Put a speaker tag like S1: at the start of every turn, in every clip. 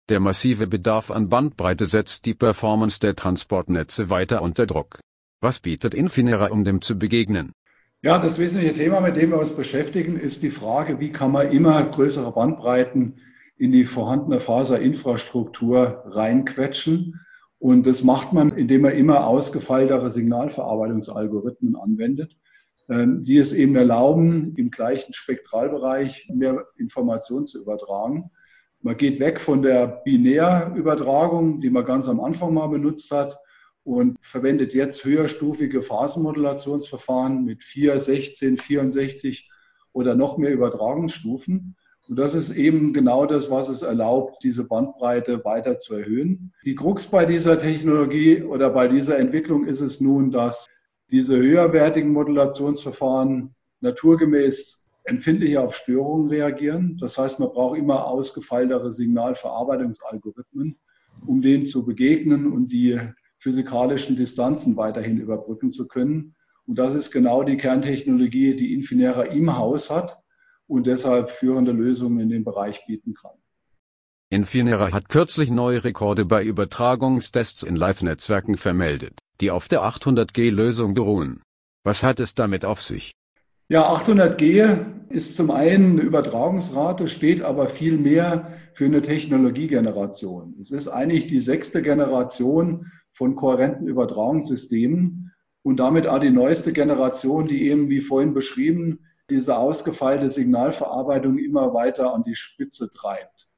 S1: Der massive Bedarf an Bandbreite setzt die Performance der Transportnetze weiter unter Druck. Was bietet Infinera, um dem zu begegnen?
S2: Ja, das wesentliche Thema, mit dem wir uns beschäftigen, ist die Frage, wie kann man immer größere Bandbreiten in die vorhandene Faserinfrastruktur reinquetschen. Und das macht man, indem man immer ausgefeiltere Signalverarbeitungsalgorithmen anwendet, die es eben erlauben, im gleichen Spektralbereich mehr Informationen zu übertragen. Man geht weg von der Binärübertragung, die man ganz am Anfang mal benutzt hat, und verwendet jetzt höherstufige Phasenmodulationsverfahren mit 4, 16, 64 oder noch mehr Übertragungsstufen. Und das ist eben genau das, was es erlaubt, diese Bandbreite weiter zu erhöhen. Die Krux bei dieser Technologie oder bei dieser Entwicklung ist es nun, dass diese höherwertigen Modulationsverfahren naturgemäß empfindlicher auf Störungen reagieren. Das heißt, man braucht immer ausgefeiltere Signalverarbeitungsalgorithmen, um denen zu begegnen und die physikalischen Distanzen weiterhin überbrücken zu können. Und das ist genau die Kerntechnologie, die Infinera im Haus hat und deshalb führende Lösungen in dem Bereich bieten kann.
S1: Infinera hat kürzlich neue Rekorde bei Übertragungstests in Live-Netzwerken vermeldet, die auf der 800G-Lösung beruhen. Was hat es damit auf sich?
S2: Ja, 800G ist zum einen eine Übertragungsrate, steht aber viel mehr für eine Technologiegeneration. Es ist eigentlich die 6. Generation von kohärenten Übertragungssystemen und damit auch die neueste Generation, die eben, wie vorhin beschrieben, diese ausgefeilte Signalverarbeitung immer weiter an die Spitze treibt.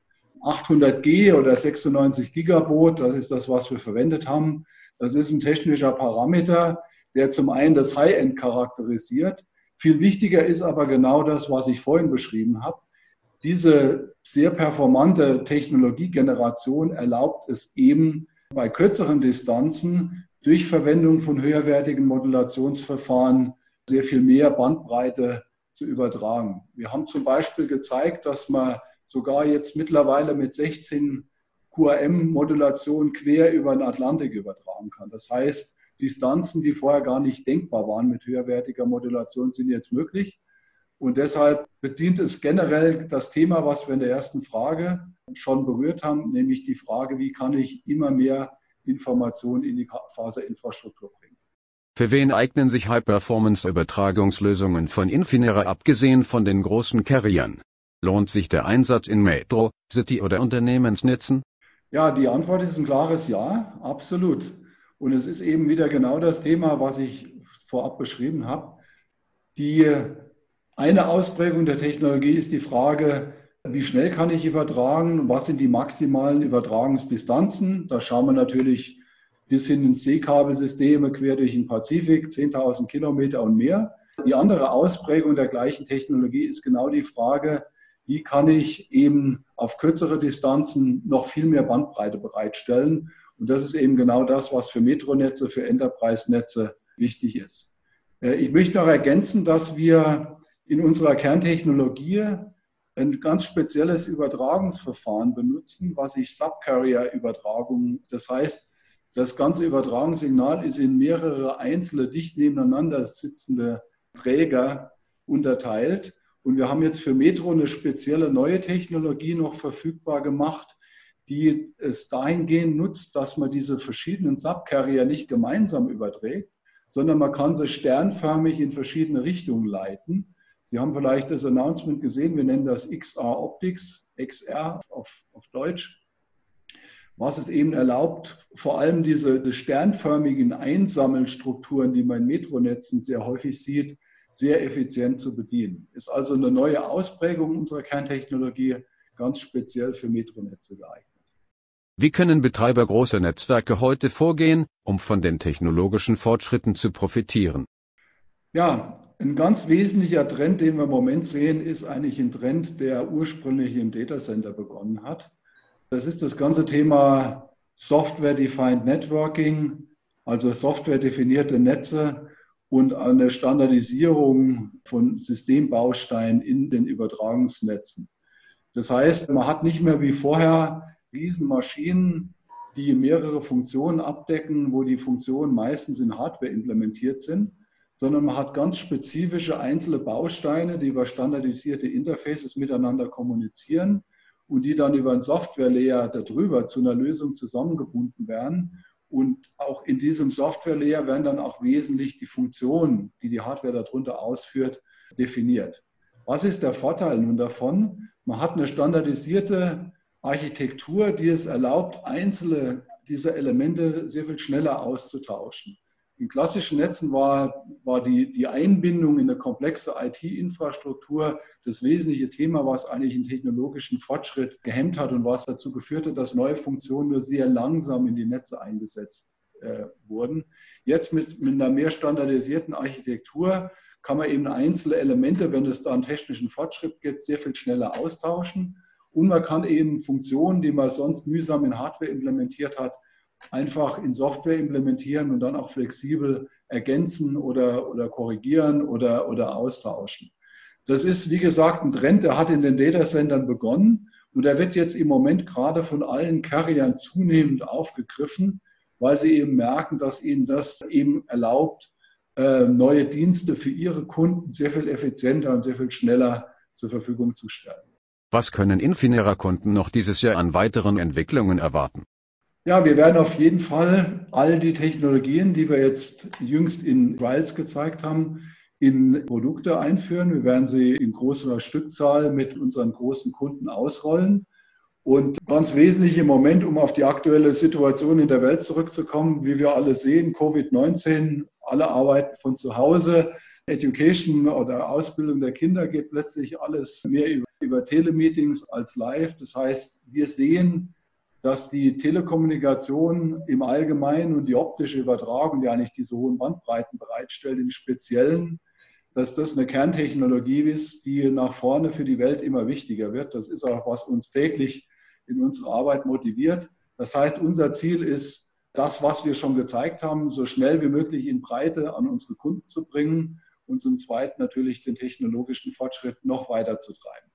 S2: 800G oder 96 Gigabit, das ist das, was wir verwendet haben. Das ist ein technischer Parameter, der zum einen das High-End charakterisiert. Viel wichtiger ist aber genau das, was ich vorhin beschrieben habe. Diese sehr performante Technologiegeneration erlaubt es eben, bei kürzeren Distanzen durch Verwendung von höherwertigen Modulationsverfahren sehr viel mehr Bandbreite zu übertragen. Wir haben zum Beispiel gezeigt, dass man sogar jetzt mittlerweile mit 16 QAM-Modulationen quer über den Atlantik übertragen kann. Das heißt, Distanzen, die vorher gar nicht denkbar waren mit höherwertiger Modulation, sind jetzt möglich. Und deshalb bedient es generell das Thema, was wir in der ersten Frage schon berührt haben, nämlich die Frage, wie kann ich immer mehr Informationen in die Faserinfrastruktur bringen.
S1: Für wen eignen sich High-Performance-Übertragungslösungen von Infinera abgesehen von den großen Carriern? Lohnt sich der Einsatz in Metro, City- oder Unternehmensnetzen?
S2: Ja, die Antwort ist ein klares Ja, absolut. Und es ist eben wieder genau das Thema, was ich vorab beschrieben habe. Die eine Ausprägung der Technologie ist die Frage, wie schnell kann ich übertragen? Was sind die maximalen Übertragungsdistanzen? Da schauen wir natürlich bis hin ins Seekabelsysteme quer durch den Pazifik, 10.000 Kilometer und mehr. Die andere Ausprägung der gleichen Technologie ist genau die Frage, wie kann ich eben auf kürzere Distanzen noch viel mehr Bandbreite bereitstellen? Und das ist eben genau das, was für Metronetze, für Enterprise-Netze wichtig ist. Ich möchte noch ergänzen, dass wir in unserer Kerntechnologie ein ganz spezielles Übertragungsverfahren benutzen, was sich Subcarrier-Übertragung, das heißt, das ganze Übertragungssignal ist in mehrere einzelne, dicht nebeneinander sitzende Träger unterteilt. Und wir haben jetzt für Metro eine spezielle neue Technologie noch verfügbar gemacht, die es dahingehend nutzt, dass man diese verschiedenen Subcarrier nicht gemeinsam überträgt, sondern man kann sie sternförmig in verschiedene Richtungen leiten. Sie haben vielleicht das Announcement gesehen, wir nennen das XR Optics, XR auf Deutsch, was es eben erlaubt, vor allem diese sternförmigen Einsammelstrukturen, die man in Metronetzen sehr häufig sieht, sehr effizient zu bedienen. Ist also eine neue Ausprägung unserer Kerntechnologie, ganz speziell für Metronetze geeignet.
S1: Wie können Betreiber großer Netzwerke heute vorgehen, um von den technologischen Fortschritten zu profitieren?
S2: Ja, ein ganz wesentlicher Trend, den wir im Moment sehen, ist eigentlich ein Trend, der ursprünglich im Datacenter begonnen hat. Das ist das ganze Thema Software-Defined Networking, also softwaredefinierte Netze und eine Standardisierung von Systembausteinen in den Übertragungsnetzen. Das heißt, man hat nicht mehr wie vorher Riesenmaschinen, die mehrere Funktionen abdecken, wo die Funktionen meistens in Hardware implementiert sind, sondern man hat ganz spezifische einzelne Bausteine, die über standardisierte Interfaces miteinander kommunizieren. und die dann über einen Software-Layer darüber zu einer Lösung zusammengebunden werden. Und auch in diesem Software-Layer werden dann auch wesentlich die Funktionen, die die Hardware darunter ausführt, definiert. Was ist der Vorteil nun davon? Man hat eine standardisierte Architektur, die es erlaubt, einzelne dieser Elemente sehr viel schneller auszutauschen. In klassischen Netzen war die Einbindung in eine komplexe IT-Infrastruktur das wesentliche Thema, was eigentlich den technologischen Fortschritt gehemmt hat und was dazu geführt hat, dass neue Funktionen nur sehr langsam in die Netze eingesetzt wurden. Jetzt mit einer mehr standardisierten Architektur kann man eben einzelne Elemente, wenn es da einen technischen Fortschritt gibt, sehr viel schneller austauschen. Und man kann eben Funktionen, die man sonst mühsam in Hardware implementiert hat, einfach in Software implementieren und dann auch flexibel ergänzen oder korrigieren oder austauschen. Das ist, wie gesagt, ein Trend, der hat in den Datacentern begonnen und der wird jetzt im Moment gerade von allen Carriern zunehmend aufgegriffen, weil sie eben merken, dass ihnen das eben erlaubt, neue Dienste für ihre Kunden sehr viel effizienter und sehr viel schneller zur Verfügung zu stellen.
S1: Was können Infinera-Kunden noch dieses Jahr an weiteren Entwicklungen erwarten?
S2: Ja, wir werden auf jeden Fall all die Technologien, die wir jetzt jüngst in Trials gezeigt haben, in Produkte einführen. Wir werden sie in großer Stückzahl mit unseren großen Kunden ausrollen. Und ganz wesentlich im Moment, um auf die aktuelle Situation in der Welt zurückzukommen, wie wir alle sehen, Covid-19, alle arbeiten von zu Hause. Education oder Ausbildung der Kinder geht plötzlich alles mehr über Telemeetings als live. Das heißt, wir sehen, dass die Telekommunikation im Allgemeinen und die optische Übertragung, die eigentlich diese hohen Bandbreiten bereitstellt, im Speziellen, dass das eine Kerntechnologie ist, die nach vorne für die Welt immer wichtiger wird. Das ist auch, was uns täglich in unserer Arbeit motiviert. Das heißt, unser Ziel ist, das, was wir schon gezeigt haben, so schnell wie möglich in Breite an unsere Kunden zu bringen und zum Zweiten natürlich den technologischen Fortschritt noch weiter zu treiben.